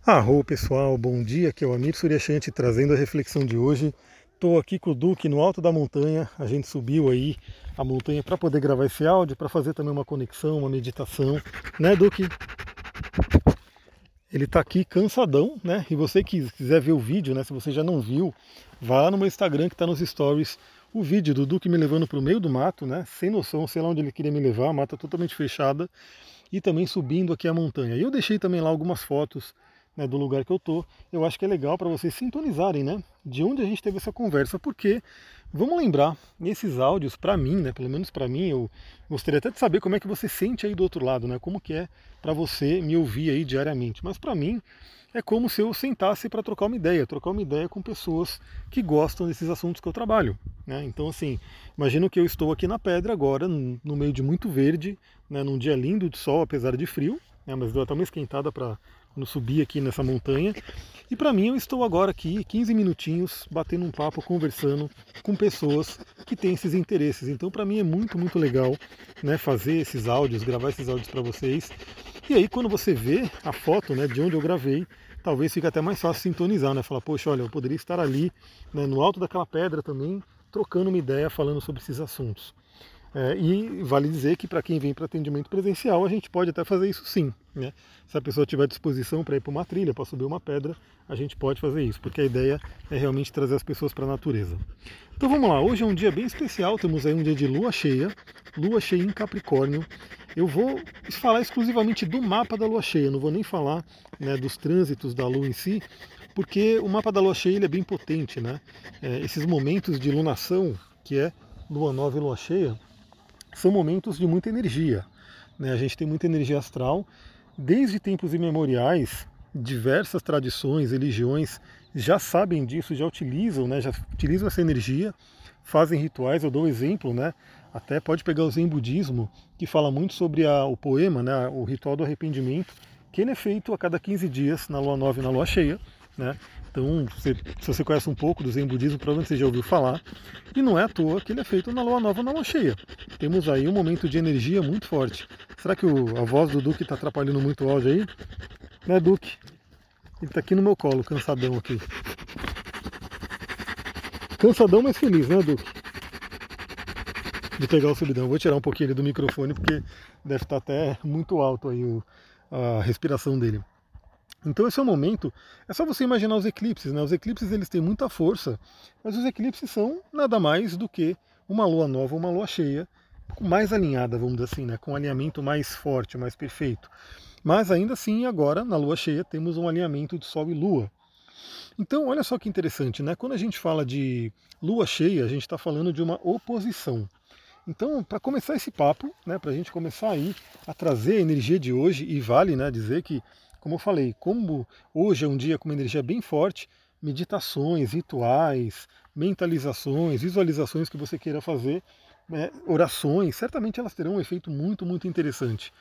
Arro pessoal, bom dia, aqui é o Amir Suryashanti trazendo a reflexão de hoje. Estou aqui com o Duque no alto da montanha, a gente subiu aí a montanha para poder gravar esse áudio, para fazer também uma conexão, uma meditação, né, Duque? Ele está aqui cansadão, né? E você que quiser ver o vídeo, né? Se você já não viu, vá lá no meu Instagram que está nos stories o vídeo do Duque me levando para o meio do mato, né? Sem noção, sei lá onde ele queria me levar, a mata totalmente fechada e também subindo aqui a montanha. E eu deixei também lá algumas fotos, né, do lugar que eu tô. Eu acho que é legal para vocês sintonizarem, né? De onde a gente teve essa conversa, porque vamos lembrar, esses áudios, para mim, né? Pelo menos para mim, eu gostaria até de saber como é que você sente aí do outro lado, né? Como que é para você me ouvir aí diariamente. Mas para mim é como se eu sentasse para trocar uma ideia com pessoas que gostam desses assuntos que eu trabalho, né? Então assim, imagino que eu estou aqui na pedra agora, no meio de muito verde, né? Num dia lindo de sol, apesar de frio, né? Mas deu até uma esquentada para quando subir aqui nessa montanha. E para mim eu estou agora aqui 15 minutinhos batendo um papo, conversando com pessoas que têm esses interesses. Então para mim é muito, muito legal, né, fazer esses áudios, gravar esses áudios para vocês. E aí quando você vê a foto, né, de onde eu gravei, talvez fique até mais fácil sintonizar, né? Falar, poxa, olha, eu poderia estar ali, né, no alto daquela pedra também, trocando uma ideia, falando sobre esses assuntos. E vale dizer que para quem vem para atendimento presencial, a gente pode até fazer isso sim, né? Se a pessoa tiver disposição para ir para uma trilha, para subir uma pedra, a gente pode fazer isso, porque a ideia é realmente trazer as pessoas para a natureza. Então vamos lá, hoje é um dia bem especial, temos aí um dia de lua cheia em Capricórnio. Eu vou falar exclusivamente do mapa da lua cheia, não vou nem falar, né, dos trânsitos da lua em si, porque o mapa da lua cheia ele é bem potente, né? Esses momentos de lunação, que é lua nova e lua cheia, são momentos de muita energia, né? A gente tem muita energia astral. Desde tempos imemoriais, diversas tradições, religiões já sabem disso, já utilizam, né? Já utilizam essa energia, fazem rituais. Eu dou um exemplo, né? Até pode pegar o Zen Budismo, que fala muito sobre o poema, né? O ritual do arrependimento, que ele é feito a cada 15 dias, na lua nova e na lua cheia, né? Então, se você conhece um pouco do Zen Budismo, provavelmente você já ouviu falar. E não é à toa que ele é feito na lua nova e na lua cheia. Temos aí um momento de energia muito forte. Será que a voz do Duque está atrapalhando muito o áudio aí? Né, Duque? Ele está aqui no meu colo, cansadão aqui. Cansadão, mas feliz, né, Duque? De pegar o subidão. Vou tirar um pouquinho ele do microfone, porque deve estar até muito alto aí a respiração dele. Então esse é o momento, é só você imaginar os eclipses, né? Os eclipses eles têm muita força, mas os eclipses são nada mais do que uma lua nova, uma lua cheia, mais alinhada, vamos dizer assim, né? Com um alinhamento mais forte, mais perfeito. Mas ainda assim, agora, na lua cheia, temos um alinhamento de Sol e Lua. Então, olha só que interessante, né? Quando a gente fala de lua cheia, a gente está falando de uma oposição. Então, para começar esse papo, né, para a gente começar aí a trazer a energia de hoje, e vale, né, dizer que, como eu falei, como hoje é um dia com uma energia bem forte, meditações, rituais, mentalizações, visualizações que você queira fazer, né, orações, certamente elas terão um efeito muito, muito interessante.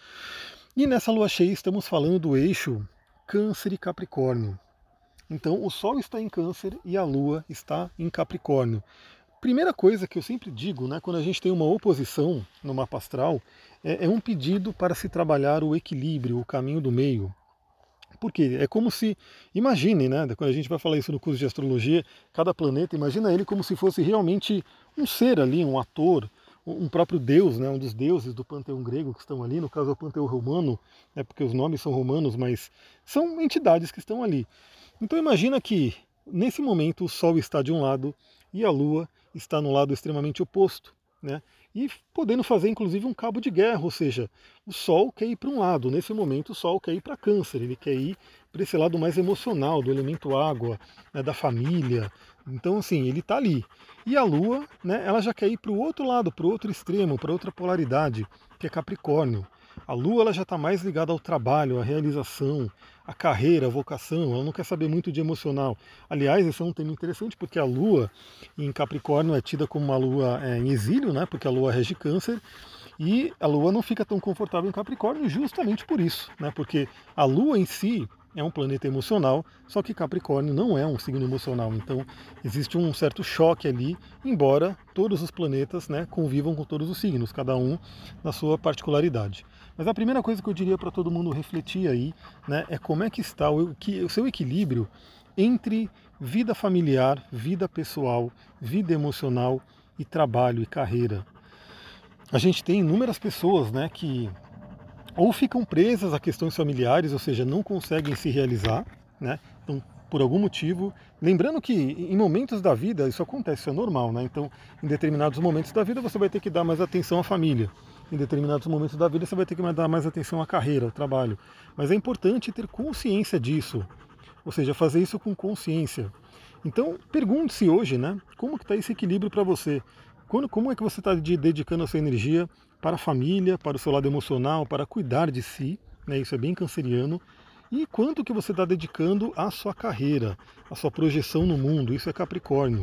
E nessa lua cheia estamos falando do eixo Câncer e Capricórnio. Então, o Sol está em Câncer e a Lua está em Capricórnio. Primeira coisa que eu sempre digo, né, quando a gente tem uma oposição no mapa astral, é um pedido para se trabalhar o equilíbrio, o caminho do meio. Por quê? É como se, imagine, né, quando a gente vai falar isso no curso de astrologia, cada planeta, imagina ele como se fosse realmente um ser ali, um ator, um próprio deus, né, um dos deuses do panteão grego que estão ali, no caso é o panteão romano, né, porque os nomes são romanos, mas são entidades que estão ali. Então imagina que nesse momento o Sol está de um lado e a Lua está no lado extremamente oposto, né? E podendo fazer inclusive um cabo de guerra, ou seja, o Sol quer ir para um lado, nesse momento o Sol quer ir para Câncer, ele quer ir para esse lado mais emocional, do elemento água, né, da família. Então assim, ele está ali. E a Lua, né, ela já quer ir para o outro lado, para o outro extremo, para outra polaridade, que é Capricórnio. A Lua ela já está mais ligada ao trabalho, à realização, à carreira, à vocação, ela não quer saber muito de emocional. Aliás, esse é um tema interessante porque a Lua em Capricórnio é tida como uma Lua em exílio, né? Porque a Lua rege Câncer, e a Lua não fica tão confortável em Capricórnio justamente por isso, né? Porque a Lua em si, é um planeta emocional, só que Capricórnio não é um signo emocional, então existe um certo choque ali, embora todos os planetas, né, convivam com todos os signos, cada um na sua particularidade. Mas a primeira coisa que eu diria para todo mundo refletir aí, né, é como é que está o seu equilíbrio entre vida familiar, vida pessoal, vida emocional e trabalho e carreira. A gente tem inúmeras pessoas, né, que ou ficam presas a questões familiares, ou seja, não conseguem se realizar, né? Então, por algum motivo, lembrando que em momentos da vida isso acontece, isso é normal, né? Então, em determinados momentos da vida você vai ter que dar mais atenção à família. Em determinados momentos da vida você vai ter que dar mais atenção à carreira, ao trabalho. Mas é importante ter consciência disso, ou seja, fazer isso com consciência. Então, pergunte-se hoje, né? Como que está esse equilíbrio para você? Como é que você está dedicando a sua energia para a família, para o seu lado emocional, para cuidar de si, né? Isso é bem canceriano. E quanto que você está dedicando à sua carreira, à sua projeção no mundo, isso é Capricórnio.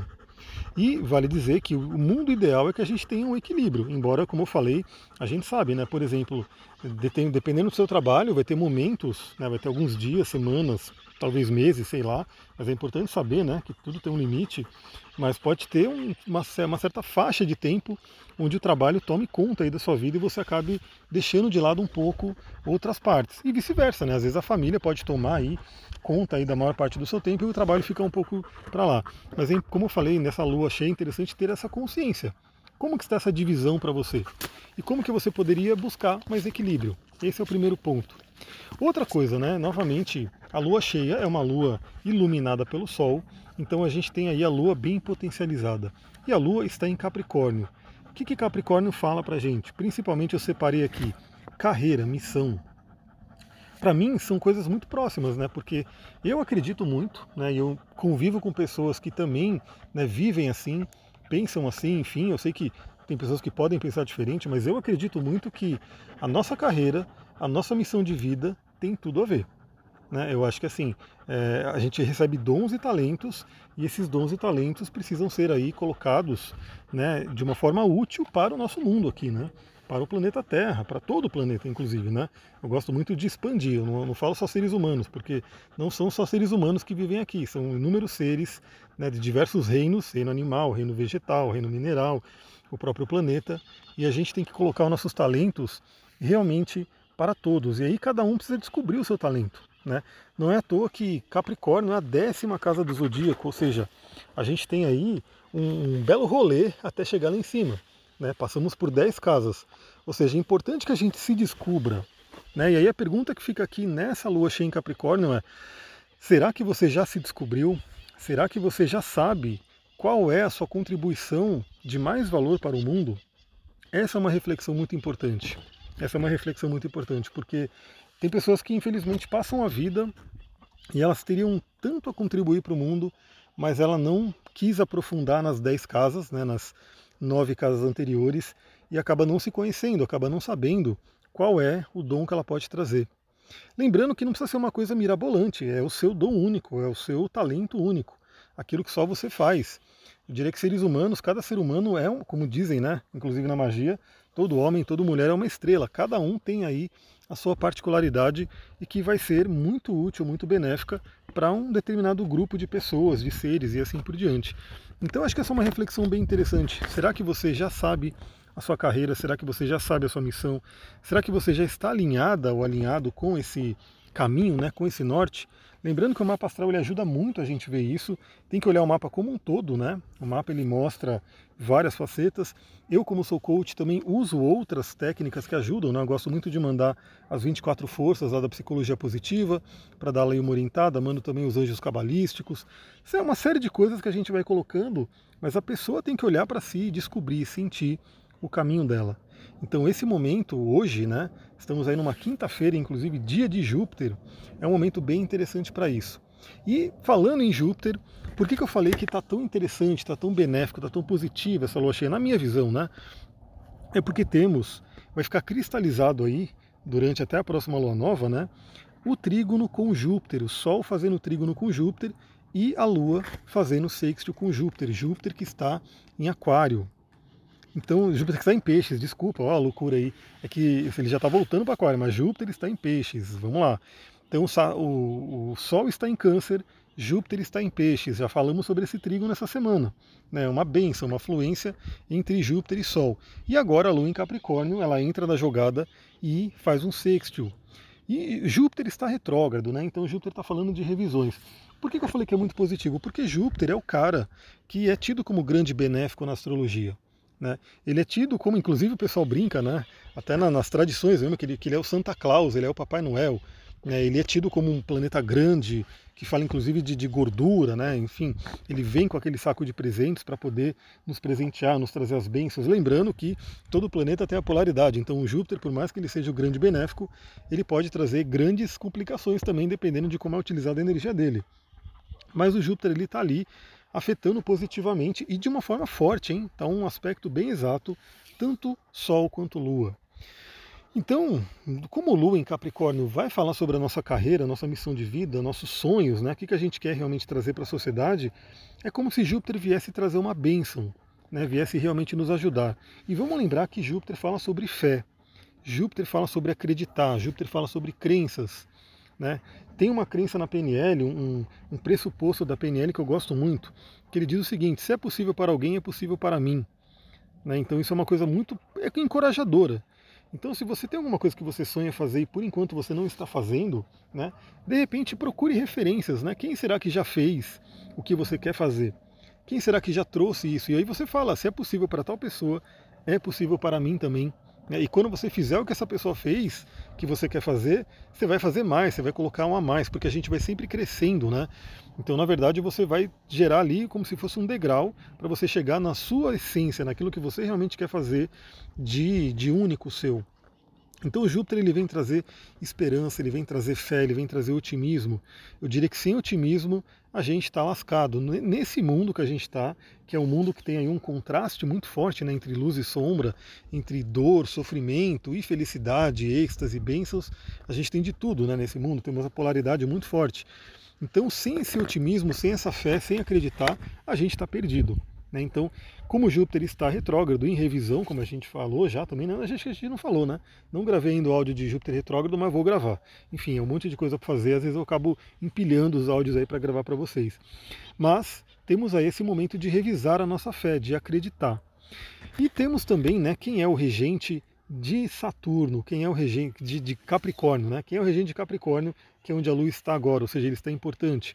E vale dizer que o mundo ideal é que a gente tenha um equilíbrio, embora, como eu falei, a gente sabe, né? Por exemplo, dependendo do seu trabalho, vai ter momentos, né? Vai ter alguns dias, semanas, talvez meses, sei lá, mas é importante saber, né, que tudo tem um limite, mas pode ter uma certa faixa de tempo onde o trabalho tome conta aí da sua vida e você acabe deixando de lado um pouco outras partes. E vice-versa, né? Às vezes a família pode tomar aí conta aí da maior parte do seu tempo e o trabalho fica um pouco para lá. Mas como eu falei, nessa lua cheia é interessante ter essa consciência. Como que está essa divisão para você? E como que você poderia buscar mais equilíbrio? Esse é o primeiro ponto. Outra coisa, né? Novamente, a lua cheia é uma lua iluminada pelo sol, então a gente tem aí a lua bem potencializada. E a lua está em Capricórnio. O que Capricórnio fala pra gente? Principalmente eu separei aqui carreira, missão. Para mim são coisas muito próximas, né? Porque eu acredito muito, né? E eu convivo com pessoas que também, né, vivem assim, pensam assim, enfim, eu sei que tem pessoas que podem pensar diferente, mas eu acredito muito que a nossa carreira, a nossa missão de vida tem tudo a ver. Né? Eu acho que assim, a gente recebe dons e talentos, e esses dons e talentos precisam ser aí colocados, né, de uma forma útil para o nosso mundo aqui, né? Para o planeta Terra, para todo o planeta, inclusive. Né? Eu gosto muito de expandir, eu não falo só seres humanos, porque não são só seres humanos que vivem aqui, são inúmeros seres, né, de diversos reinos, reino animal, reino vegetal, reino mineral, o próprio planeta, e a gente tem que colocar os nossos talentos realmente para todos, e aí cada um precisa descobrir o seu talento. Né? Não é à toa que Capricórnio é a 10ª casa do zodíaco, ou seja, a gente tem aí um belo rolê até chegar lá em cima. Né? Passamos por 10 casas, ou seja, é importante que a gente se descubra. Né? E aí a pergunta que fica aqui nessa lua cheia em Capricórnio é: será que você já se descobriu? Será que você já sabe qual é a sua contribuição de mais valor para o mundo? Essa é uma reflexão muito importante. Essa é uma reflexão muito importante, porque tem pessoas que infelizmente passam a vida e elas teriam tanto a contribuir para o mundo, mas ela não quis aprofundar nas 10 casas, né, nas 9 casas anteriores, e acaba não se conhecendo, acaba não sabendo qual é o dom que ela pode trazer. Lembrando que não precisa ser uma coisa mirabolante, é o seu dom único, é o seu talento único, aquilo que só você faz. Eu diria que seres humanos, cada ser humano é, como dizem, né, inclusive na magia, todo homem, toda mulher é uma estrela, cada um tem aí a sua particularidade e que vai ser muito útil, muito benéfica para um determinado grupo de pessoas, de seres e assim por diante. Então acho que essa é uma reflexão bem interessante. Será que você já sabe a sua carreira? Será que você já sabe a sua missão? Será que você já está alinhada ou alinhado com esse caminho, né, com esse norte? Lembrando que o mapa astral ele ajuda muito a gente ver isso. Tem que olhar o mapa como um todo, né? O mapa ele mostra várias facetas. Eu, como sou coach, também uso outras técnicas que ajudam, né? Eu gosto muito de mandar as 24 forças lá da psicologia positiva para dar aí uma orientada. Mando também os anjos cabalísticos. Isso é uma série de coisas que a gente vai colocando, mas a pessoa tem que olhar para si, descobrir, sentir o caminho dela. Então esse momento hoje, né, estamos aí numa quinta-feira, inclusive dia de Júpiter, é um momento bem interessante para isso. E falando em Júpiter, por que eu falei que está tão interessante, está tão benéfico, está tão positiva essa lua cheia? Na minha visão, né, é porque vai ficar cristalizado aí, durante até a próxima lua nova, né, o trígono com Júpiter, o Sol fazendo trígono com Júpiter e a Lua fazendo sextil com Júpiter, Júpiter que está em Aquário. Então, Júpiter está em peixes, desculpa, ó, a loucura aí. É que ele já está voltando para Aquário, mas Júpiter está em peixes, vamos lá. Então o Sol está em Câncer, Júpiter está em Peixes, já falamos sobre esse trígono nessa semana. Né? Uma bênção, uma fluência entre Júpiter e Sol. E agora a Lua em Capricórnio, ela entra na jogada e faz um sextil. E Júpiter está retrógrado, né? Então Júpiter está falando de revisões. Por que eu falei que é muito positivo? Porque Júpiter é o cara que é tido como grande benéfico na astrologia. Né? Ele é tido como, inclusive o pessoal brinca, né? Até nas tradições, lembra que ele é o Santa Claus, ele é o Papai Noel. Né? Ele é tido como um planeta grande, que fala inclusive de gordura, né? Enfim, ele vem com aquele saco de presentes para poder nos presentear, nos trazer as bênçãos. Lembrando que todo planeta tem a polaridade, então o Júpiter, por mais que ele seja o grande benéfico, ele pode trazer grandes complicações também, dependendo de como é utilizada a energia dele. Mas o Júpiter ele está ali afetando positivamente e de uma forma forte, hein? Está um aspecto bem exato, tanto Sol quanto Lua. Então, como Lua em Capricórnio vai falar sobre a nossa carreira, nossa missão de vida, nossos sonhos, né? O que a gente quer realmente trazer para a sociedade, é como se Júpiter viesse trazer uma bênção, né? Viesse realmente nos ajudar. E vamos lembrar que Júpiter fala sobre fé, Júpiter fala sobre acreditar, Júpiter fala sobre crenças. Né? Tem uma crença na PNL, um pressuposto da PNL que eu gosto muito, que ele diz o seguinte: se é possível para alguém, é possível para mim. Né? Então isso é uma coisa muito encorajadora. Então se você tem alguma coisa que você sonha fazer e por enquanto você não está fazendo, né, de repente procure referências. Né? Quem será que já fez o que você quer fazer? Quem será que já trouxe isso? E aí você fala, se é possível para tal pessoa, é possível para mim também. E quando você fizer o que essa pessoa fez, que você quer fazer, você vai fazer mais, você vai colocar um a mais, porque a gente vai sempre crescendo, né? Então, na verdade, você vai gerar ali como se fosse um degrau para você chegar na sua essência, naquilo que você realmente quer fazer de único seu. Então o Júpiter ele vem trazer esperança, ele vem trazer fé, ele vem trazer otimismo. Eu diria que sem otimismo a gente está lascado. Nesse mundo que a gente está, que é um mundo que tem aí um contraste muito forte, né, entre luz e sombra, entre dor, sofrimento e felicidade, êxtase, bênçãos, a gente tem de tudo, né, nesse mundo, temos uma polaridade muito forte. Então sem esse otimismo, sem essa fé, sem acreditar, a gente está perdido. Então, como Júpiter está retrógrado em revisão, como a gente falou já também, a gente não falou, né? Não gravei ainda o áudio de Júpiter retrógrado, mas vou gravar. Enfim, é um monte de coisa para fazer, às vezes eu acabo empilhando os áudios aí para gravar para vocês. Mas temos aí esse momento de revisar a nossa fé, de acreditar. E temos também, né, quem é o regente de Saturno, quem é o regente de Capricórnio, né? Quem é o regente de Capricórnio, que é onde a Lua está agora, ou seja, ele está importante.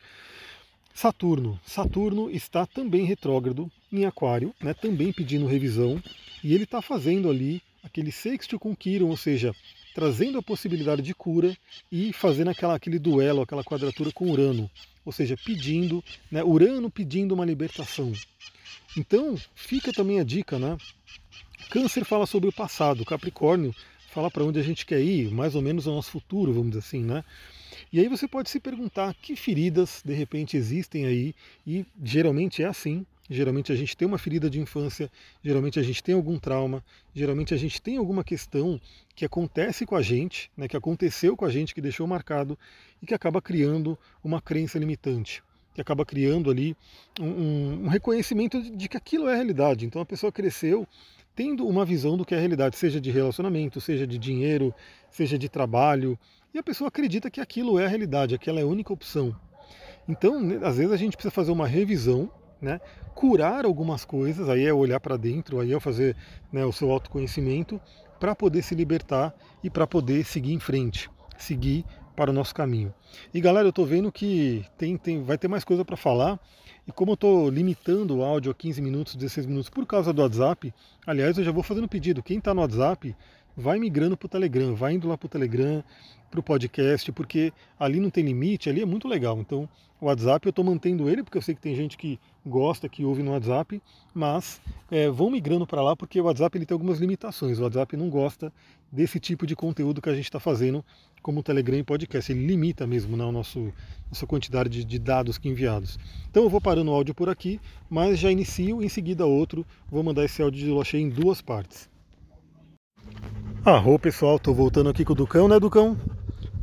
Saturno está também retrógrado em Aquário, né, também pedindo revisão, e ele está fazendo ali aquele sextil com Quirón, ou seja, trazendo a possibilidade de cura e fazendo aquele duelo, aquela quadratura com Urano, ou seja, pedindo, né, Urano pedindo uma libertação. Então fica também a dica, né? Câncer fala sobre o passado, Capricórnio fala para onde a gente quer ir, mais ou menos o nosso futuro, vamos dizer assim, né? E aí você pode se perguntar que feridas de repente existem aí, e geralmente é assim, geralmente a gente tem uma ferida de infância, geralmente a gente tem algum trauma, geralmente a gente tem alguma questão que acontece com a gente, né, que aconteceu com a gente, que deixou marcado e que acaba criando uma crença limitante, que acaba criando ali um reconhecimento de que aquilo é a realidade. Então a pessoa cresceu tendo uma visão do que é a realidade, seja de relacionamento, seja de dinheiro, seja de trabalho, e a pessoa acredita que aquilo é a realidade, aquela é a única opção. Então, às vezes a gente precisa fazer uma revisão, né, curar algumas coisas, aí é olhar para dentro, aí é fazer, né, o seu autoconhecimento, para poder se libertar e para poder seguir em frente, seguir para o nosso caminho. E galera, eu estou vendo que vai ter mais coisa para falar, e como eu estou limitando o áudio a 15 minutos, 16 minutos por causa do WhatsApp, aliás, eu já vou fazendo pedido, quem está no WhatsApp, vai migrando para o Telegram, vai indo lá para o Telegram, para o podcast, porque ali não tem limite, ali é muito legal. Então, o WhatsApp eu estou mantendo ele, porque eu sei que tem gente que gosta, que ouve no WhatsApp, mas vão migrando para lá, porque o WhatsApp ele tem algumas limitações. O WhatsApp não gosta desse tipo de conteúdo que a gente está fazendo, como o Telegram e podcast. Ele limita mesmo, né, nossa quantidade de dados que enviados. Então eu vou parando o áudio por aqui, mas já inicio, em seguida outro, vou mandar esse áudio de Lochê em 2 partes. Arro pessoal, tô voltando aqui com o Ducão, né Ducão?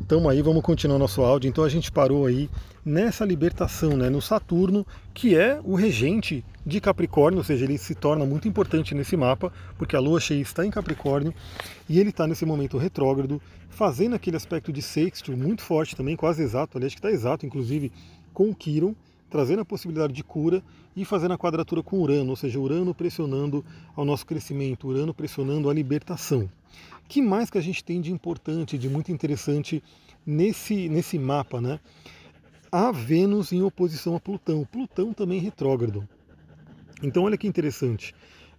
Então aí vamos continuar nosso áudio. Então a gente parou aí nessa libertação, né, no Saturno, que é o regente de Capricórnio, ou seja, ele se torna muito importante nesse mapa, porque a Lua cheia está em Capricórnio e ele está nesse momento retrógrado, fazendo aquele aspecto de sextil muito forte também, quase exato, aliás que está exato, inclusive com o Quirón, trazendo a possibilidade de cura e fazendo a quadratura com Urano, ou seja, Urano pressionando ao nosso crescimento, Urano pressionando a libertação. Que mais que a gente tem de importante, de muito interessante nesse mapa, né? Há Vênus em oposição a Plutão. Plutão também retrógrado. Então olha que interessante.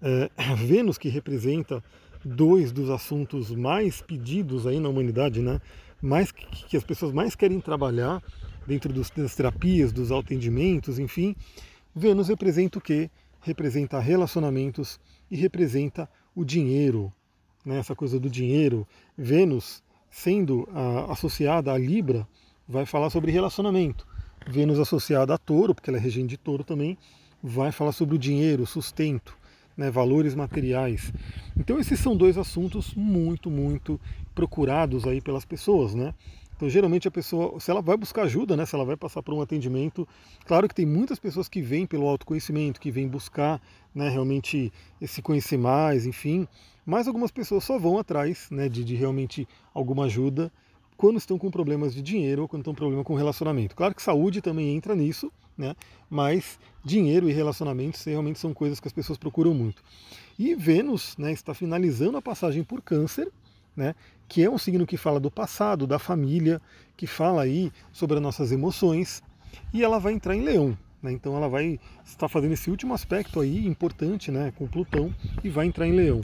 Vênus, que representa dois dos assuntos mais pedidos aí na humanidade, né? Mais que as pessoas mais querem trabalhar dentro das terapias, dos autoatendimentos, enfim. Vênus representa o quê? Representa relacionamentos e representa o dinheiro, né? Essa coisa do dinheiro. Vênus, sendo associada a Libra, vai falar sobre relacionamento. Vênus associada a Touro, porque ela é regente de Touro também, vai falar sobre o dinheiro, sustento, né, valores materiais. Então esses são dois assuntos muito, muito procurados aí pelas pessoas, né? Então geralmente a pessoa, se ela vai buscar ajuda, né, se ela vai passar por um atendimento, claro que tem muitas pessoas que vêm pelo autoconhecimento, que vêm buscar, né, realmente se conhecer mais, enfim, mas algumas pessoas só vão atrás, né, de realmente alguma ajuda quando estão com problemas de dinheiro ou quando estão com problema com relacionamento. Claro que saúde também entra nisso, né? Mas dinheiro e relacionamentos realmente são coisas que as pessoas procuram muito. E Vênus, né, está finalizando a passagem por Câncer, né, que é um signo que fala do passado, da família, que fala aí sobre as nossas emoções, e ela vai entrar em Leão. Né? Então ela vai estar fazendo esse último aspecto aí importante, né, com Plutão, e vai entrar em Leão.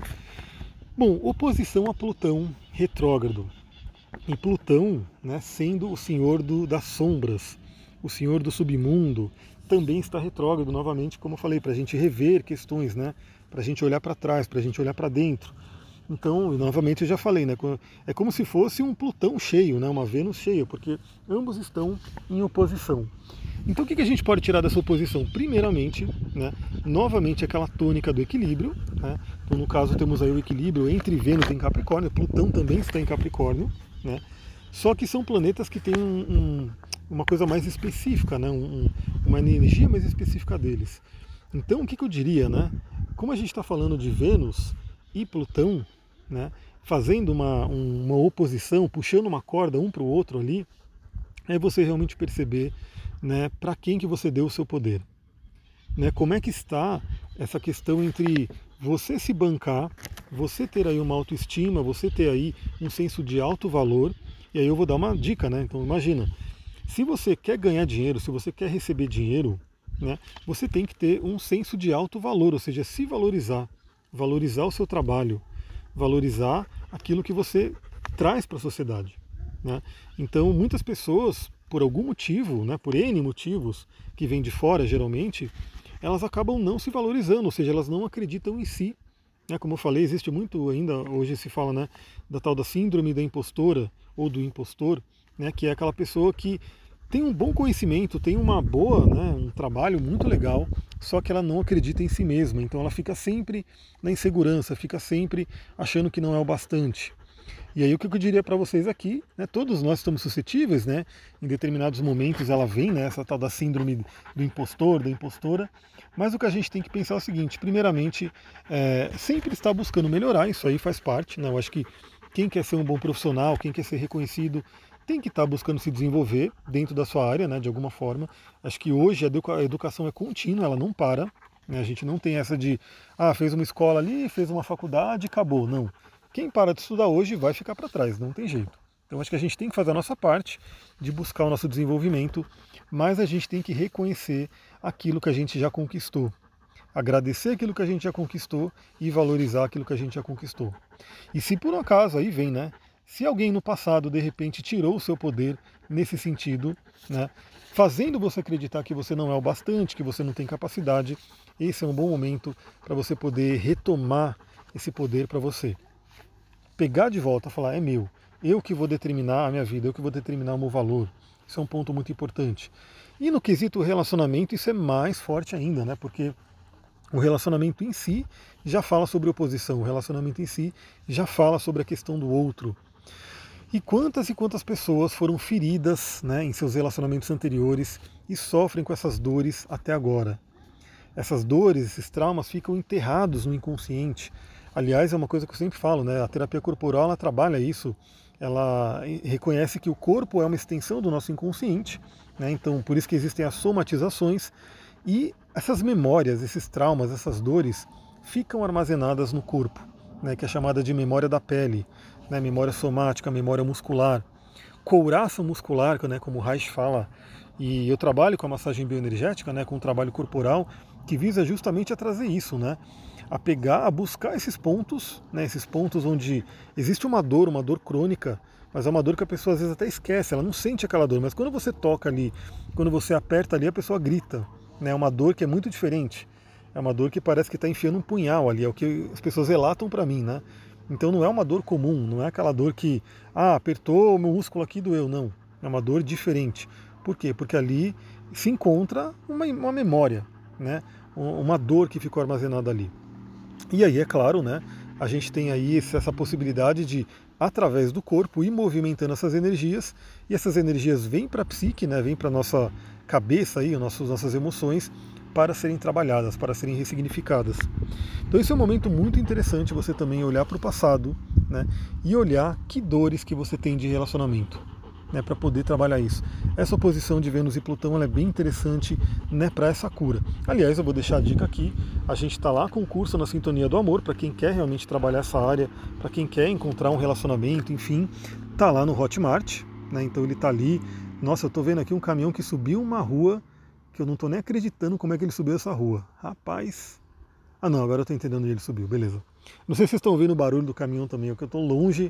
Bom, oposição a Plutão retrógrado. E Plutão, né, sendo o senhor das sombras, o senhor do submundo, também está retrógrado novamente, como eu falei, para a gente rever questões, né, para a gente olhar para trás, para a gente olhar para dentro. Então, novamente eu já falei, né, é como se fosse um Plutão cheio, né, uma Vênus cheia, porque ambos estão em oposição. Então o que a gente pode tirar dessa oposição? Primeiramente, né, novamente aquela tônica do equilíbrio. Né? Então no caso temos aí o equilíbrio entre Vênus em Capricórnio, Plutão também está em Capricórnio. Né? Só que são planetas que têm uma coisa mais específica, né? Uma energia mais específica deles. Então o que eu diria? Né? Como a gente está falando de Vênus e Plutão, né, fazendo uma oposição, puxando uma corda um para o outro ali, é você realmente perceber, né, para quem que você deu o seu poder. Né, como é que está essa questão entre você se bancar, você ter aí uma autoestima, você ter aí um senso de alto valor, e aí eu vou dar uma dica, né? Então imagina, se você quer ganhar dinheiro, se você quer receber dinheiro, né, você tem que ter um senso de alto valor, ou seja, se valorizar, valorizar o seu trabalho, valorizar aquilo que você traz para a sociedade. Né? Então muitas pessoas, por algum motivo, né, por N motivos, que vêm de fora geralmente, elas acabam não se valorizando, ou seja, elas não acreditam em si. Né? Como eu falei, existe muito ainda, hoje se fala, né, da tal da síndrome da impostora ou do impostor, né, que é aquela pessoa que tem um bom conhecimento, tem uma boa, né, um trabalho muito legal, só que ela não acredita em si mesma, então ela fica sempre na insegurança, fica sempre achando que não é o bastante. E aí o que eu diria para vocês aqui, né, todos nós estamos suscetíveis, né, em determinados momentos ela vem, né, essa tal da síndrome do impostor, da impostora, mas o que a gente tem que pensar é o seguinte, primeiramente, sempre estar buscando melhorar, isso aí faz parte, né, eu acho que quem quer ser um bom profissional, quem quer ser reconhecido, tem que estar buscando se desenvolver dentro da sua área, né, de alguma forma. Acho que hoje a educação é contínua, ela não para, né, a gente não tem essa de, fez uma escola ali, fez uma faculdade, acabou, não. Quem para de estudar hoje vai ficar para trás, não tem jeito. Então acho que a gente tem que fazer a nossa parte de buscar o nosso desenvolvimento, mas a gente tem que reconhecer aquilo que a gente já conquistou. Agradecer aquilo que a gente já conquistou e valorizar aquilo que a gente já conquistou. E se por um acaso, aí vem, né? Se alguém no passado de repente tirou o seu poder nesse sentido, né, fazendo você acreditar que você não é o bastante, que você não tem capacidade, esse é um bom momento para você poder retomar esse poder para você. Pegar de volta, falar, é meu, eu que vou determinar a minha vida, eu que vou determinar o meu valor. Isso é um ponto muito importante. E no quesito relacionamento, isso é mais forte ainda, né? Porque o relacionamento em si já fala sobre oposição, o relacionamento em si já fala sobre a questão do outro. E quantas pessoas foram feridas, né, em seus relacionamentos anteriores e sofrem com essas dores até agora. Essas dores, esses traumas ficam enterrados no inconsciente. Aliás, é uma coisa que eu sempre falo, né? A terapia corporal ela trabalha isso. Ela reconhece que o corpo é uma extensão do nosso inconsciente, né? Então, por isso que existem as somatizações e essas memórias, esses traumas, essas dores ficam armazenadas no corpo, né? Que é chamada de memória da pele, né? Memória somática, memória muscular, couraça muscular, né? Como o Reich fala. E eu trabalho com a massagem bioenergética, né? Com o trabalho corporal que visa justamente a trazer isso, né? A pegar, a buscar esses pontos, né? Esses pontos onde existe uma dor crônica, mas é uma dor que a pessoa às vezes até esquece, ela não sente aquela dor, mas quando você toca ali, quando você aperta ali, a pessoa grita, né? É uma dor que é muito diferente. É uma dor que parece que está enfiando um punhal ali, é o que as pessoas relatam para mim, né? Então não é uma dor comum, não é aquela dor que, apertou o meu músculo aqui, doeu, não. É uma dor diferente. Por quê? Porque ali se encontra uma memória, né? Uma dor que ficou armazenada ali. E aí, é claro, né, a gente tem aí essa possibilidade de, através do corpo, ir movimentando essas energias, e essas energias vêm para a psique, né, vêm para a nossa cabeça, aí, nossas emoções, para serem trabalhadas, para serem ressignificadas. Então esse é um momento muito interessante você também olhar para o passado, né, e olhar que dores que você tem de relacionamento, né, para poder trabalhar isso. Essa oposição de Vênus e Plutão ela é bem interessante, né, para essa cura. Aliás, eu vou deixar a dica aqui, a gente está lá com o curso na Sintonia do Amor, para quem quer realmente trabalhar essa área, para quem quer encontrar um relacionamento, enfim, está lá no Hotmart, né, então ele está ali. Nossa, eu estou vendo aqui um caminhão que subiu uma rua, que eu não estou nem acreditando como é que ele subiu essa rua. Rapaz... Ah não, agora eu estou entendendo onde ele subiu, beleza. Não sei se vocês estão ouvindo o barulho do caminhão também, porque eu estou longe.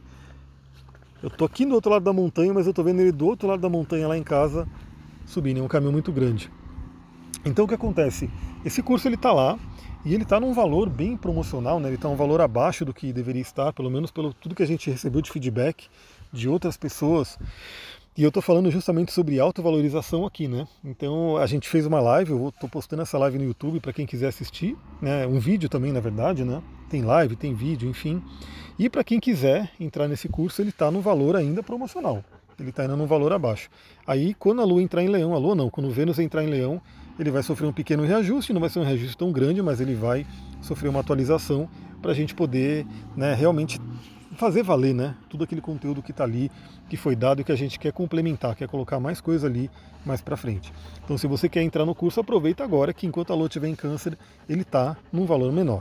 Eu estou aqui do outro lado da montanha, mas eu estou vendo ele do outro lado da montanha lá em casa subindo, é um caminhão muito grande. Então o que acontece? Esse curso ele está lá e ele está num valor bem promocional, né? Ele está um valor abaixo do que deveria estar, pelo menos pelo tudo que a gente recebeu de feedback de outras pessoas. E eu estou falando justamente sobre autovalorização aqui, né? Então a gente fez uma live, eu estou postando essa live no YouTube para quem quiser assistir, né? Um vídeo também, na verdade, né? Tem live, tem vídeo, enfim. E para quem quiser entrar nesse curso, ele está no valor ainda promocional. Ele está ainda no valor abaixo. Aí quando a Lua entrar em Leão, a Lua não, quando o Vênus entrar em Leão, ele vai sofrer um pequeno reajuste, não vai ser um reajuste tão grande, mas ele vai sofrer uma atualização para a gente poder, né, realmente fazer valer, né, tudo aquele conteúdo que está ali, que foi dado e que a gente quer complementar, quer colocar mais coisa ali mais para frente. Então se você quer entrar no curso, aproveita agora que enquanto a Lua estiver em Câncer, ele está num valor menor.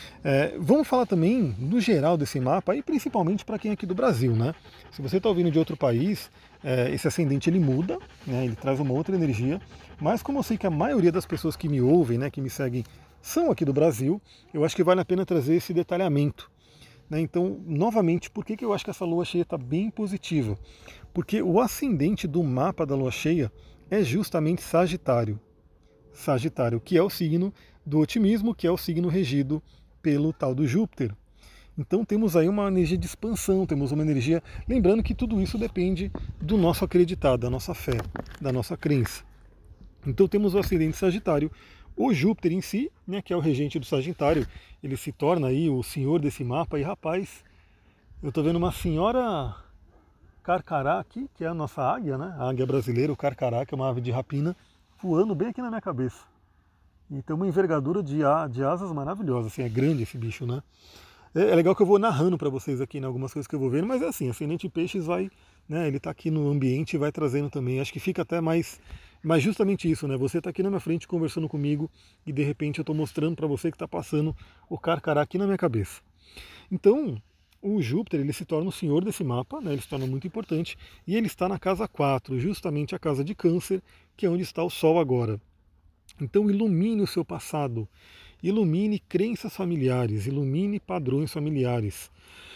Vamos falar também no geral desse mapa e principalmente para quem é aqui do Brasil, né? Se você está ouvindo de outro país, esse ascendente ele muda, né? Ele traz uma outra energia, mas como eu sei que a maioria das pessoas que me ouvem, né, que me seguem, são aqui do Brasil, eu acho que vale a pena trazer esse detalhamento. Né? Então, novamente, por que eu acho que essa lua cheia está bem positiva? Porque o ascendente do mapa da lua cheia é justamente Sagitário. Sagitário, que é o signo do otimismo, que é o signo regido pelo tal do Júpiter. Então temos aí uma energia de expansão, temos uma energia... Lembrando que tudo isso depende do nosso acreditar, da nossa fé, da nossa crença. Então temos o ascendente Sagitário. O Júpiter em si, né, que é o regente do Sagitário, ele se torna aí o senhor desse mapa. E rapaz, eu estou vendo uma senhora carcará aqui, que é a nossa águia, né? A águia brasileira, o carcará, que é uma ave de rapina, voando bem aqui na minha cabeça. E tem uma envergadura de asas maravilhosa, assim, é grande esse bicho, né? É legal que eu vou narrando para vocês aqui, né, algumas coisas que eu vou vendo, mas é assim, ascendente em peixes vai, né, ele está aqui no ambiente e vai trazendo também. Acho que fica até mais justamente isso, né? Você está aqui na minha frente conversando comigo e de repente eu estou mostrando para você que está passando o carcará aqui na minha cabeça. Então, o Júpiter ele se torna o senhor desse mapa, né? Ele se torna muito importante e ele está na casa 4, justamente a casa de Câncer, que é onde está o Sol agora. Então ilumine o seu passado, ilumine crenças familiares, ilumine padrões familiares.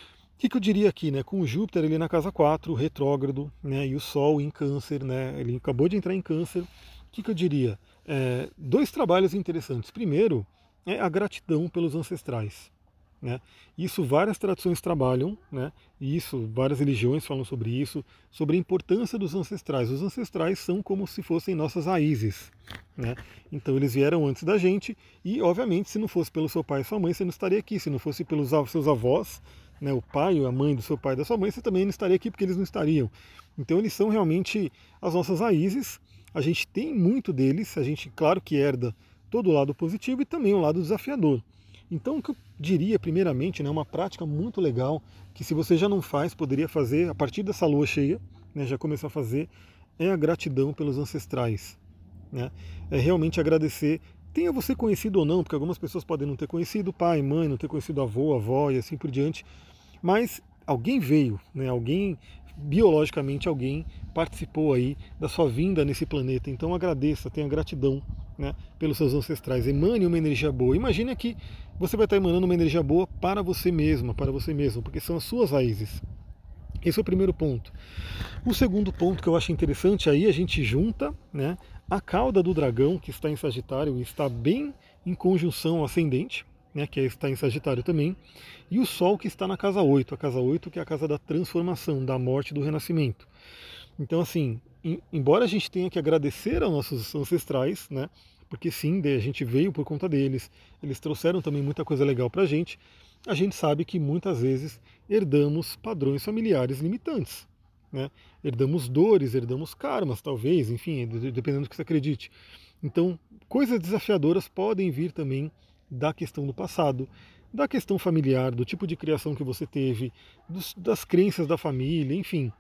O que eu diria aqui, né? Com o Júpiter ele na casa 4, retrógrado, né? E o Sol em Câncer, né? Ele acabou de entrar em Câncer. O que eu diria? Dois trabalhos interessantes. Primeiro, é a gratidão pelos ancestrais. Né? Isso várias tradições trabalham, né? E isso várias religiões falam sobre isso, sobre a importância dos ancestrais. Os ancestrais são como se fossem nossas raízes, né? Então eles vieram antes da gente e, obviamente, se não fosse pelo seu pai e sua mãe, você não estaria aqui. Se não fosse pelos seus avós, né, o pai ou a mãe do seu pai e da sua mãe, você também não estaria aqui porque eles não estariam. Então eles são realmente as nossas raízes, a gente tem muito deles, a gente, claro que herda todo o lado positivo e também o lado desafiador. Então o que eu diria primeiramente, né, uma prática muito legal, que se você já não faz, poderia fazer a partir dessa lua cheia, né, já começar a fazer, é a gratidão pelos ancestrais. Né? É realmente agradecer, tenha você conhecido ou não, porque algumas pessoas podem não ter conhecido pai, mãe, não ter conhecido avô, avó e assim por diante, mas alguém veio, né? Alguém, biologicamente alguém participou aí da sua vinda nesse planeta, então agradeça, tenha gratidão, né, pelos seus ancestrais, emane uma energia boa. Imagine que você vai estar emanando uma energia boa para você mesma, para você mesmo, porque são as suas raízes. Esse é o primeiro ponto. O segundo ponto que eu acho interessante, aí a gente junta, né, a cauda do dragão, que está em Sagitário e está bem em conjunção ao ascendente, né, que está em Sagitário também, e o Sol que está na casa 8, a casa 8 que é a casa da transformação, da morte e do renascimento. Então, assim, embora a gente tenha que agradecer aos nossos ancestrais, né, porque sim, a gente veio por conta deles, eles trouxeram também muita coisa legal para a gente sabe que muitas vezes herdamos padrões familiares limitantes. Né? Herdamos dores, herdamos karmas, talvez, enfim, dependendo do que você acredite. Então, coisas desafiadoras podem vir também da questão do passado, da questão familiar, do tipo de criação que você teve, das crenças da família, enfim,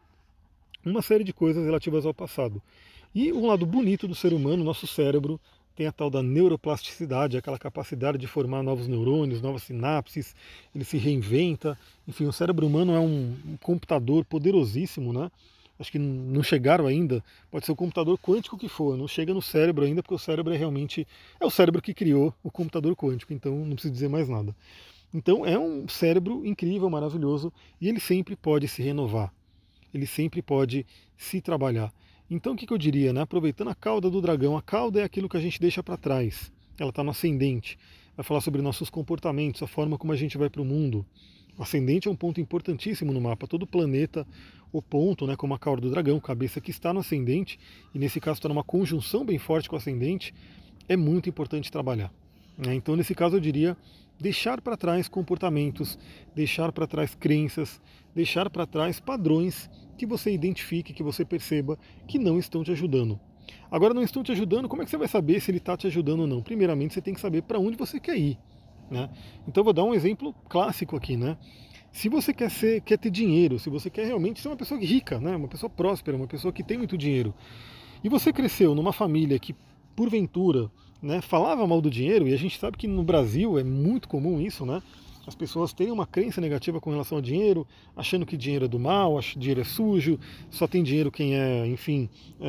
uma série de coisas relativas ao passado. E um lado bonito do ser humano, nosso cérebro, tem a tal da neuroplasticidade, aquela capacidade de formar novos neurônios, novas sinapses, ele se reinventa. Enfim, o cérebro humano é um computador poderosíssimo, né? Acho que não chegaram ainda, pode ser o computador quântico que for, não chega no cérebro ainda, porque o cérebro é realmente, é o cérebro que criou o computador quântico, então não preciso dizer mais nada. Então é um cérebro incrível, maravilhoso, e ele sempre pode se renovar, ele sempre pode se trabalhar. Então o que eu diria, né? Aproveitando a cauda do dragão, a cauda é aquilo que a gente deixa para trás, ela está no ascendente, vai falar sobre nossos comportamentos, a forma como a gente vai para o mundo. O ascendente é um ponto importantíssimo no mapa, todo planeta, o ponto, né, como a cauda do dragão, cabeça que está no ascendente, e nesse caso está numa conjunção bem forte com o ascendente, é muito importante trabalhar. Né? Então nesse caso eu diria deixar para trás comportamentos, deixar para trás crenças, deixar para trás padrões que você identifique, que você perceba que não estão te ajudando. Agora, não estão te ajudando, como é que você vai saber se ele está te ajudando ou não? Primeiramente, você tem que saber para onde você quer ir. Né? Então, eu vou dar um exemplo clássico aqui. Né? Se você quer ter dinheiro, se você quer realmente ser uma pessoa rica, né? Uma pessoa próspera, uma pessoa que tem muito dinheiro, e você cresceu numa família que, porventura, né, falava mal do dinheiro, e a gente sabe que no Brasil é muito comum isso, né? As pessoas têm uma crença negativa com relação ao dinheiro, achando que dinheiro é do mal, que dinheiro é sujo, só tem dinheiro quem é, enfim,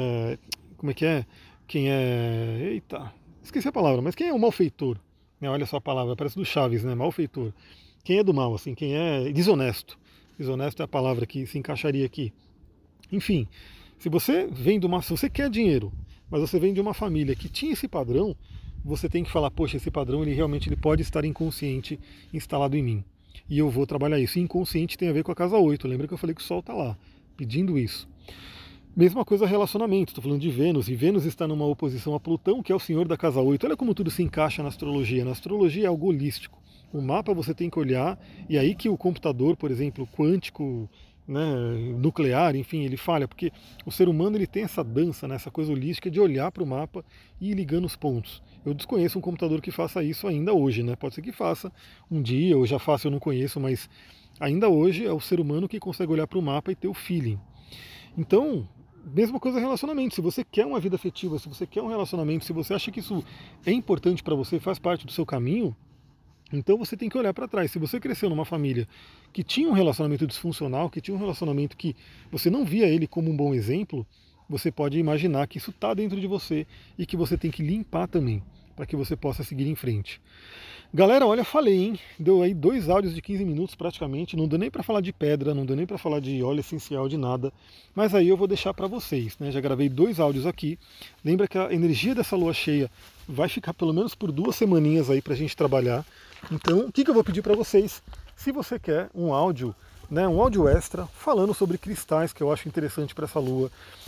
como é que é? Quem é. Eita, esqueci a palavra, mas quem é o malfeitor? Né, olha só a palavra, parece do Chaves, né? Malfeitor. Quem é do mal, assim, quem é desonesto. Desonesto é a palavra que se encaixaria aqui. Enfim, se você vem de uma. Se você quer dinheiro, mas você vem de uma família que tinha esse padrão, você tem que falar, poxa, esse padrão ele realmente ele pode estar inconsciente instalado em mim. E eu vou trabalhar isso. E inconsciente tem a ver com a casa 8. Lembra que eu falei que o Sol está lá, pedindo isso. Mesma coisa relacionamento, estou falando de Vênus, e Vênus está numa oposição a Plutão, que é o senhor da casa 8. Olha como tudo se encaixa na astrologia. Na astrologia é algo holístico. O mapa você tem que olhar, e aí que o computador, por exemplo, quântico, né, nuclear, enfim, ele falha, porque o ser humano ele tem essa dança, né, essa coisa holística de olhar para o mapa e ir ligando os pontos. Eu desconheço um computador que faça isso ainda hoje, né? Pode ser que faça um dia, ou já faça, eu não conheço, mas ainda hoje é o ser humano que consegue olhar para o mapa e ter o feeling. Então, mesma coisa relacionamento. Se você quer uma vida afetiva, se você quer um relacionamento, se você acha que isso é importante para você, faz parte do seu caminho, então você tem que olhar para trás. Se você cresceu numa família que tinha um relacionamento disfuncional, que tinha um relacionamento que você não via ele como um bom exemplo, você pode imaginar que isso está dentro de você e que você tem que limpar também, para que você possa seguir em frente. Galera, olha, falei, hein? Deu aí 2 áudios de 15 minutos praticamente, não deu nem para falar de pedra, não deu nem para falar de óleo essencial, de nada, mas aí eu vou deixar para vocês, né? Já gravei 2 áudios aqui. Lembra que a energia dessa lua cheia vai ficar pelo menos por 2 semaninhas aí para a gente trabalhar. Então, o que eu vou pedir para vocês? Se você quer um áudio, né, um áudio extra, falando sobre cristais que eu acho interessante para essa lua,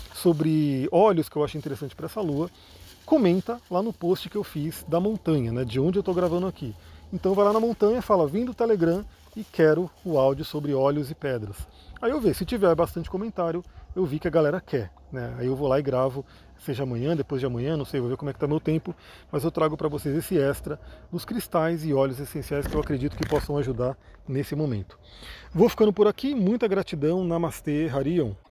sobre óleos que eu acho interessante para essa lua, comenta lá no post que eu fiz da montanha, né, de onde eu estou gravando aqui. Então vai lá na montanha, fala, vim do Telegram e quero o áudio sobre óleos e pedras. Aí eu vejo, se tiver bastante comentário, eu vi que a galera quer, né? Aí eu vou lá e gravo, seja amanhã, depois de amanhã, não sei, vou ver como é que tá meu tempo, mas eu trago para vocês esse extra dos cristais e óleos essenciais que eu acredito que possam ajudar nesse momento. Vou ficando por aqui, muita gratidão, Namastê, Harion.